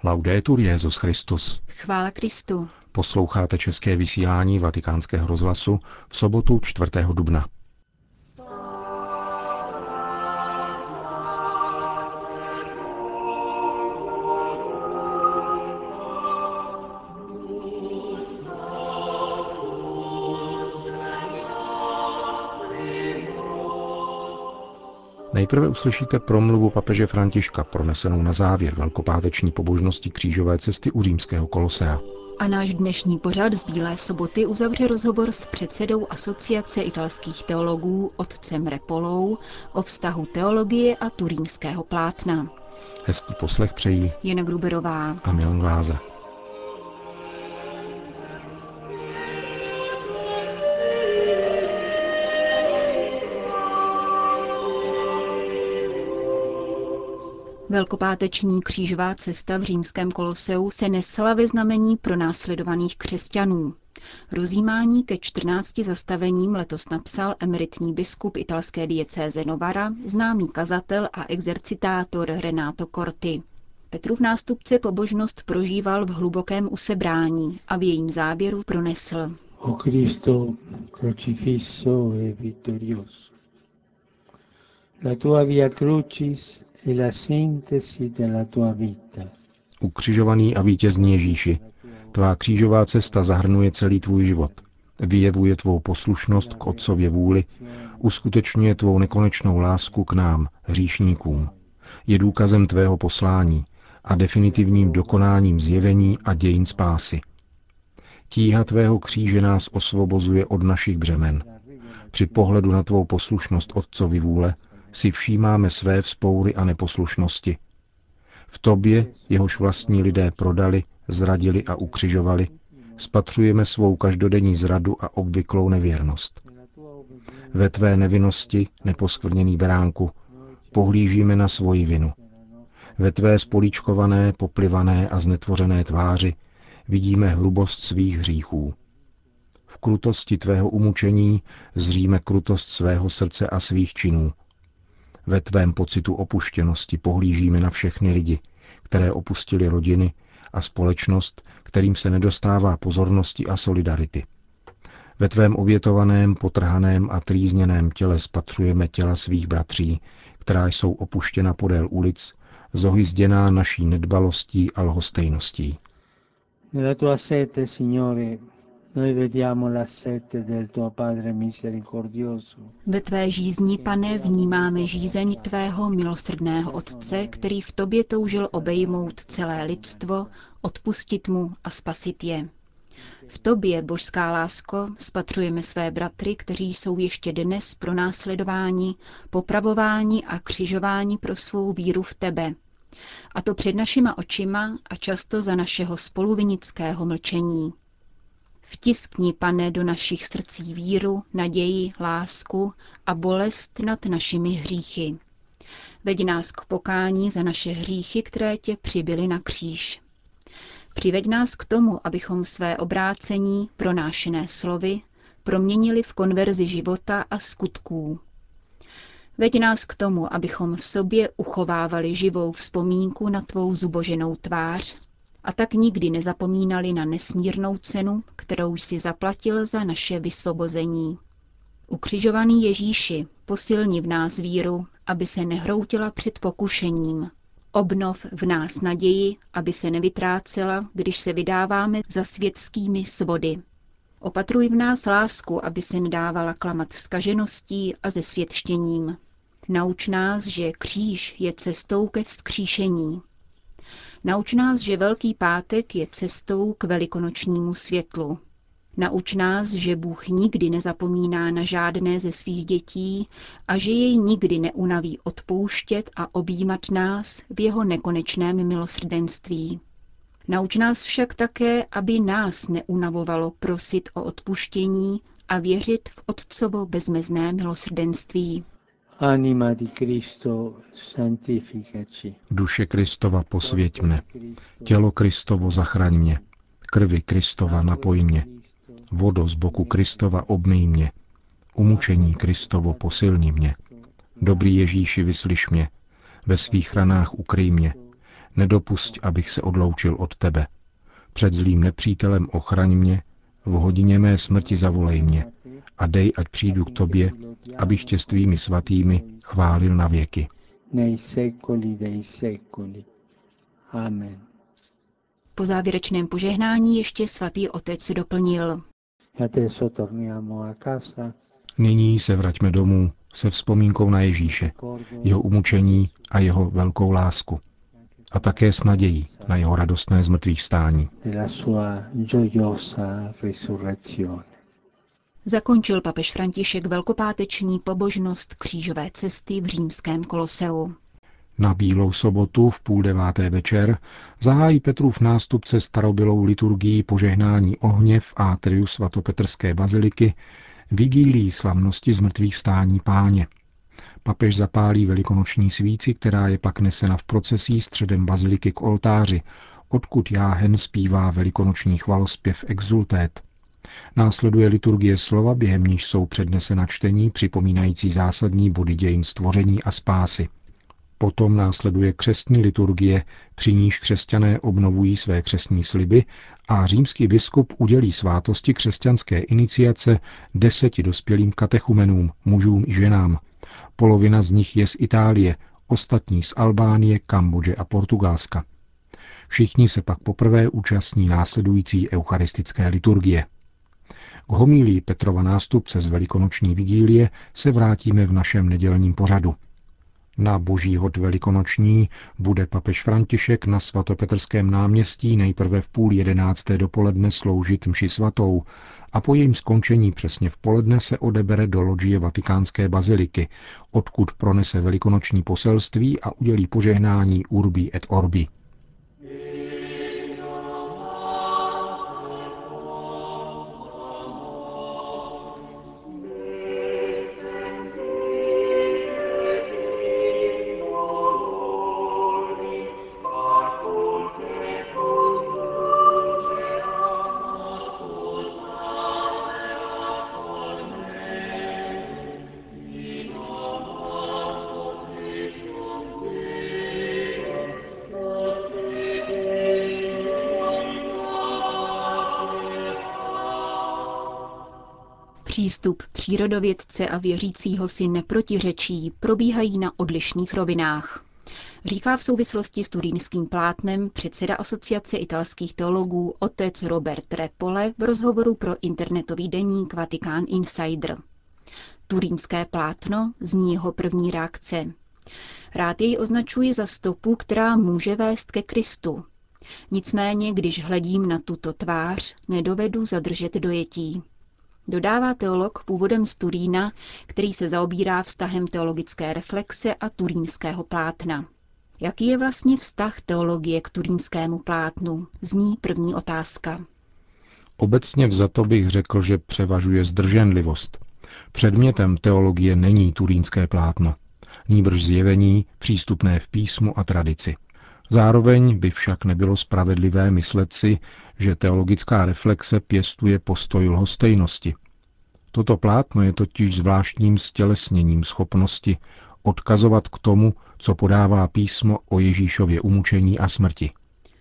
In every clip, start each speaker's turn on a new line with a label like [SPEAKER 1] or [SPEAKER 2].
[SPEAKER 1] Laudetur Jesus Christus.
[SPEAKER 2] Chvála Kristu.
[SPEAKER 1] Posloucháte české vysílání Vatikánského rozhlasu v sobotu 4. dubna. Nejprve uslyšíte promluvu papeže Františka, pronesenou na závěr velkopáteční pobožnosti křížové cesty u římského Kolosea.
[SPEAKER 2] A náš dnešní pořad z Bílé soboty uzavře rozhovor s předsedou Asociace italských teologů otcem Repolou o vztahu teologie a turínského plátna.
[SPEAKER 1] Hezký poslech přejí
[SPEAKER 2] Jana Gruberová
[SPEAKER 1] a Milan Glázer.
[SPEAKER 2] Velkopáteční křížová cesta v římském Koloseu se nesla ve znamení pronásledovaných křesťanů. Rozjímání ke 14 zastavením letos napsal emeritní biskup italské diecéze Novara, známý kazatel a exercitátor Renato Corti. Petrův nástupce pobožnost prožíval v hlubokém usebrání a v jejím závěru pronesl:
[SPEAKER 3] O Cristo crocifisso e vittorioso. La tua via crucis è la sintesi della tua vita.
[SPEAKER 1] Ukřižovaný a vítězný Ježíši, tvá křížová cesta zahrnuje celý tvůj život. Vyjevuje tvou poslušnost k Otcově vůli, uskutečňuje tvou nekonečnou lásku k nám, hříšníkům. Je důkazem tvého poslání a definitivním dokonáním zjevení a dějin spásy. Tíha tvého kříže nás osvobozuje od našich břemen. Při pohledu na tvou poslušnost Otcovi vůle si všímáme své vzpoury a neposlušnosti. V tobě, jehož vlastní lidé prodali, zradili a ukřižovali, spatřujeme svou každodenní zradu a obvyklou nevěrnost. Ve tvé nevinnosti, neposkvrněný beránku, pohlížíme na svoji vinu. Ve tvé spolíčkované, poplivané a znetvořené tváři vidíme hrubost svých hříchů. V krutosti tvého umučení zříme krutost svého srdce a svých činů. Ve tvém pocitu opuštěnosti pohlížíme na všechny lidi, které opustili rodiny a společnost, kterým se nedostává pozornosti a solidarity. Ve tvém obětovaném, potrhaném a trýzněném těle spatřujeme těla svých bratří, která jsou opuštěna podél ulic, zohyzděná naší nedbalostí a lhostejností.
[SPEAKER 3] Nella tua sete, Signore, noi vediamo la sete del tuo Padre misericordioso.
[SPEAKER 2] Ve tvé žízni, Pane, vnímáme žízeň tvého milosrdného Otce, který v tobě toužil obejmout celé lidstvo, odpustit mu a spasit je. V tobě, božská lásko, spatřujeme své bratry, kteří jsou ještě dnes pronásledováni, popravováni a křižováni pro svou víru v tebe. A to před našima očima a často za našeho spoluvinického mlčení. Vtiskni, Pane, do našich srdcí víru, naději, lásku a bolest nad našimi hříchy. Veď nás k pokání za naše hříchy, které tě přibyly na kříž. Přiveď nás k tomu, abychom své obrácení, pronášené slovy, proměnili v konverzi života a skutků. Veď nás k tomu, abychom v sobě uchovávali živou vzpomínku na tvou zuboženou tvář a tak nikdy nezapomínali na nesmírnou cenu, kterou jsi zaplatil za naše vysvobození. Ukřižovaný Ježíši, posilni v nás víru, aby se nehroutila před pokušením. Obnov v nás naději, aby se nevytrácela, když se vydáváme za světskými svody. Opatruj v nás lásku, aby se nedávala klamat zkažeností a zesvětštěním. Nauč nás, že kříž je cestou ke vzkříšení. Nauč nás, že Velký pátek je cestou k velikonočnímu světlu. Nauč nás, že Bůh nikdy nezapomíná na žádné ze svých dětí a že jej nikdy neunaví odpouštět a objímat nás v jeho nekonečném milosrdenství. Nauč nás však také, aby nás neunavovalo prosit o odpuštění a věřit v Otcovo bezmezné milosrdenství.
[SPEAKER 3] Anima di Cristo, sanctificaci.
[SPEAKER 1] Duše Kristova, posvěť mne. Tělo Kristovo, zachraň mě. Krvi Kristova, napoj mě. Vodo z boku Kristova, obmyj mě. Umučení Kristovo, posilni mě. Dobrý Ježíši, vyslyš mě. Ve svých ranách ukryj mě. nedopusť, abych se odloučil od tebe. Před zlým nepřítelem ochraň mě, v hodině mé smrti zavolej mě a dej, ať přijdu k tobě, abych tě s tvými svatými chválil na věky.
[SPEAKER 3] Nei secoli dei secoli. Amen.
[SPEAKER 2] Po závěrečném požehnání ještě svatý otec doplnil.
[SPEAKER 3] E adesso torniamo a casa.
[SPEAKER 1] Nyní se vraťme domů se vzpomínkou na Ježíše, jeho umučení a jeho velkou lásku. A také s nadějí na jeho radostné zmrtvýchvstání.
[SPEAKER 3] Della sua gioiosa risurrezione.
[SPEAKER 2] Zakončil papež František velkopáteční pobožnost křížové cesty v římském Koloseu.
[SPEAKER 1] Na Bílou sobotu v 8:30 večer zahájí Petrův nástupce starobylou liturgií požehnání ohně v atriu svatopetrské baziliky vigílií slavnosti zmrtvýchvstání Páně. Papež zapálí velikonoční svíci, která je pak nesena v procesí středem baziliky k oltáři, odkud jáhen zpívá velikonoční chvalospěv Exultet. Následuje liturgie slova, během níž jsou přednesena čtení připomínající zásadní body dějin stvoření a spásy. Potom následuje křestní liturgie, při níž křesťané obnovují své křestní sliby a římský biskup udělí svátosti křesťanské iniciace 10 dospělým katechumenům, mužům i ženám. Polovina z nich je z Itálie, ostatní z Albánie, Kambodže a Portugalska. Všichni se pak poprvé účastní následující eucharistické liturgie. K homílii Petrova nástupce z velikonoční vigílie se vrátíme v našem nedělním pořadu. Na Boží hod velikonoční bude papež František na svatopetrském náměstí nejprve v 10:30 dopoledne sloužit mši svatou a po jejím skončení přesně v poledne se odebere do lodžie vatikánské baziliky, odkud pronese velikonoční poselství a udělí požehnání Urbi et Orbi.
[SPEAKER 2] Přístup přírodovědce a věřícího si neprotiřečí, probíhají na odlišných rovinách. Říká v souvislosti s turínským plátnem předseda Asociace italských teologů otec Robert Repole v rozhovoru pro internetový deník Vatican Insider. Turínské plátno, zní jeho první reakce. Rád jej označuji za stopu, která může vést ke Kristu. Nicméně, když hledím na tuto tvář, nedovedu zadržet dojetí. Dodává teolog původem z Turína, který se zaobírá vztahem teologické reflexe a turínského plátna. Jaký je vlastně vztah teologie k turínskému plátnu? Zní první otázka.
[SPEAKER 1] Obecně vzato bych řekl, že převažuje zdrženlivost. Předmětem teologie není turínské plátno, nýbrž zjevení přístupné v písmu a tradici. Zároveň by však nebylo spravedlivé myslet si, že teologická reflexe pěstuje postoj lhostejnosti. Toto plátno je totiž zvláštním stělesněním schopnosti odkazovat k tomu, co podává písmo o Ježíšově umučení a smrti.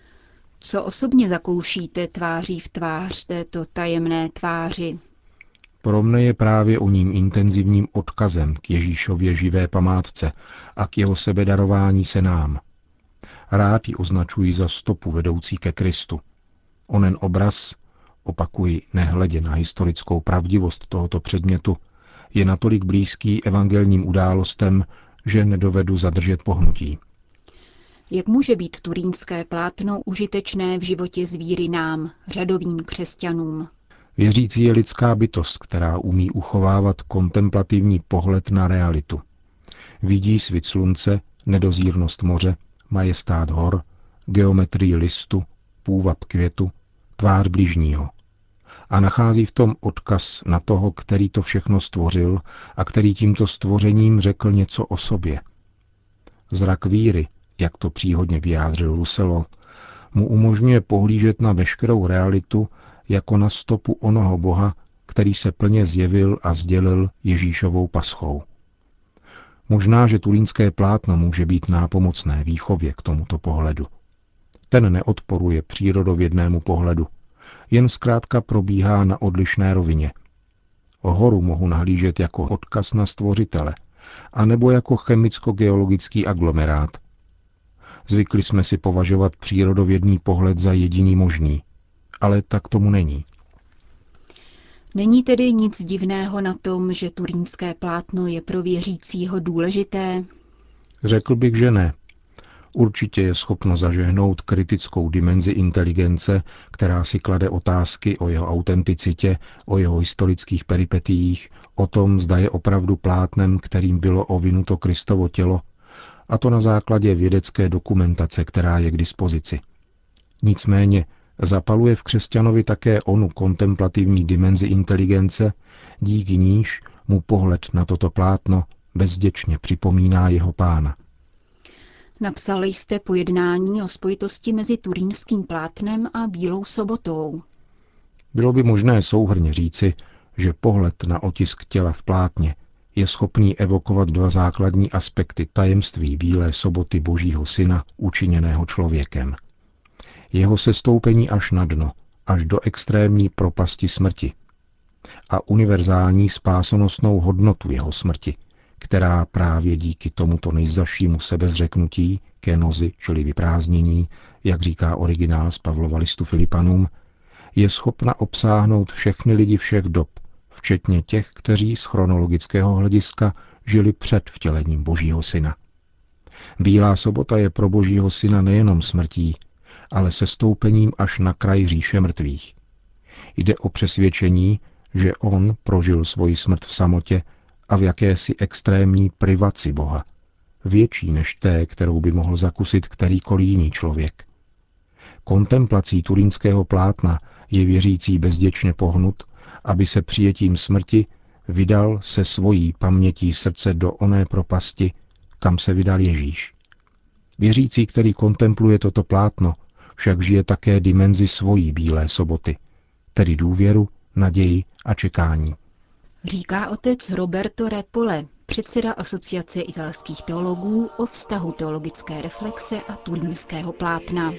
[SPEAKER 2] Co osobně zakoušíte tváří v tvář této tajemné tváři?
[SPEAKER 1] Pro mne je právě o ním intenzivním odkazem k Ježíšově živé památce a k jeho sebedarování se nám. Rád ji označuji za stopu vedoucí ke Kristu. Onen obraz, opakuji nehledě na historickou pravdivost tohoto předmětu, je natolik blízký evangelním událostem, že nedovedu zadržet pohnutí.
[SPEAKER 2] Jak může být turínské plátno užitečné v životě z víry nám, řadovým křesťanům?
[SPEAKER 1] Věřící je lidská bytost, která umí uchovávat kontemplativní pohled na realitu. Vidí svit slunce, nedozírnost moře, majestát hor, geometrii listu, půvab květu, tvář bližního. A nachází v tom odkaz na toho, který to všechno stvořil a který tímto stvořením řekl něco o sobě. Zrak víry, jak to příhodně vyjádřil Rousseau, mu umožňuje pohlížet na veškerou realitu jako na stopu onoho Boha, který se plně zjevil a sdělil Ježíšovou paschou. Možná, že turínské plátno může být nápomocné výchově k tomuto pohledu. Ten neodporuje přírodovědnému pohledu, jen zkrátka probíhá na odlišné rovině. Horu mohu nahlížet jako odkaz na stvořitele, anebo jako chemicko-geologický aglomerát. Zvykli jsme si považovat přírodovědný pohled za jediný možný, ale tak tomu není.
[SPEAKER 2] Není tedy nic divného na tom, že turínské plátno je pro věřícího důležité?
[SPEAKER 1] Řekl bych, že ne. Určitě je schopno zažehnout kritickou dimenzi inteligence, která si klade otázky o jeho autenticitě, o jeho historických peripetiích, o tom, zda je opravdu plátnem, kterým bylo ovinuto Kristovo tělo, a to na základě vědecké dokumentace, která je k dispozici. Nicméně zapaluje v křesťanovi také onu kontemplativní dimenzi inteligence, díky níž mu pohled na toto plátno bezděčně připomíná jeho Pána.
[SPEAKER 2] Napsal jste pojednání o spojitosti mezi turínským plátnem a Bílou sobotou.
[SPEAKER 1] Bylo by možné souhrnně říci, že pohled na otisk těla v plátně je schopný evokovat dva základní aspekty tajemství Bílé soboty Božího Syna učiněného člověkem. Jeho sestoupení až na dno, až do extrémní propasti smrti a univerzální spásonosnou hodnotu jeho smrti, která právě díky tomuto nejzazšímu sebezřeknutí, kenozi, čili vyprázdnění, jak říká originál z Pavlova listu Filipanům, je schopna obsáhnout všechny lidi všech dob, včetně těch, kteří z chronologického hlediska žili před vtělením Božího Syna. Bílá sobota je pro Božího Syna nejenom smrtí, ale sestoupením až na kraj říše mrtvých. Jde o přesvědčení, že on prožil svoji smrt v samotě a v jakési extrémní privaci Boha, větší než té, kterou by mohl zakusit kterýkoliv jiný člověk. Kontemplací turínského plátna je věřící bezděčně pohnut, aby se přijetím smrti vydal se svojí pamětí srdce do oné propasti, kam se vydal Ježíš. Věřící, který kontempluje toto plátno, však žije také dimenzi svojí Bílé soboty, tedy důvěru, naději a čekání.
[SPEAKER 2] Říká otec Roberto Repole, předseda Asociace italských teologů o vztahu teologické reflexe a turínského plátna.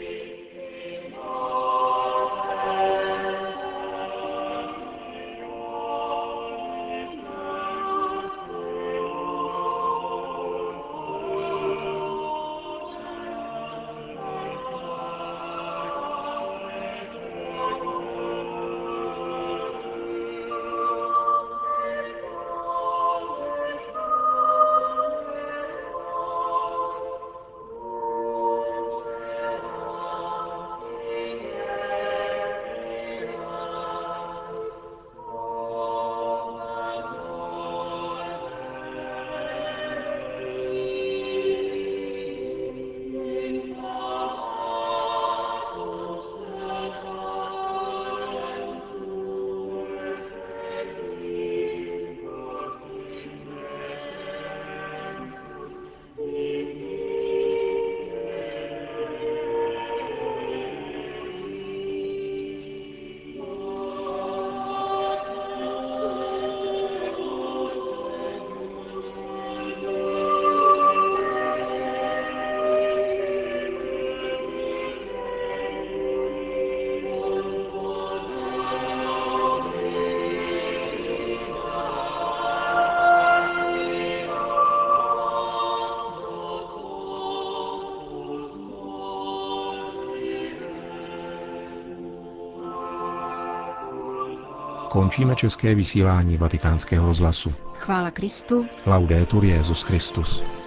[SPEAKER 1] Končíme české vysílání Vatikánského rozhlasu.
[SPEAKER 2] Chvála Kristu.
[SPEAKER 1] Laudetur Jesus Christus.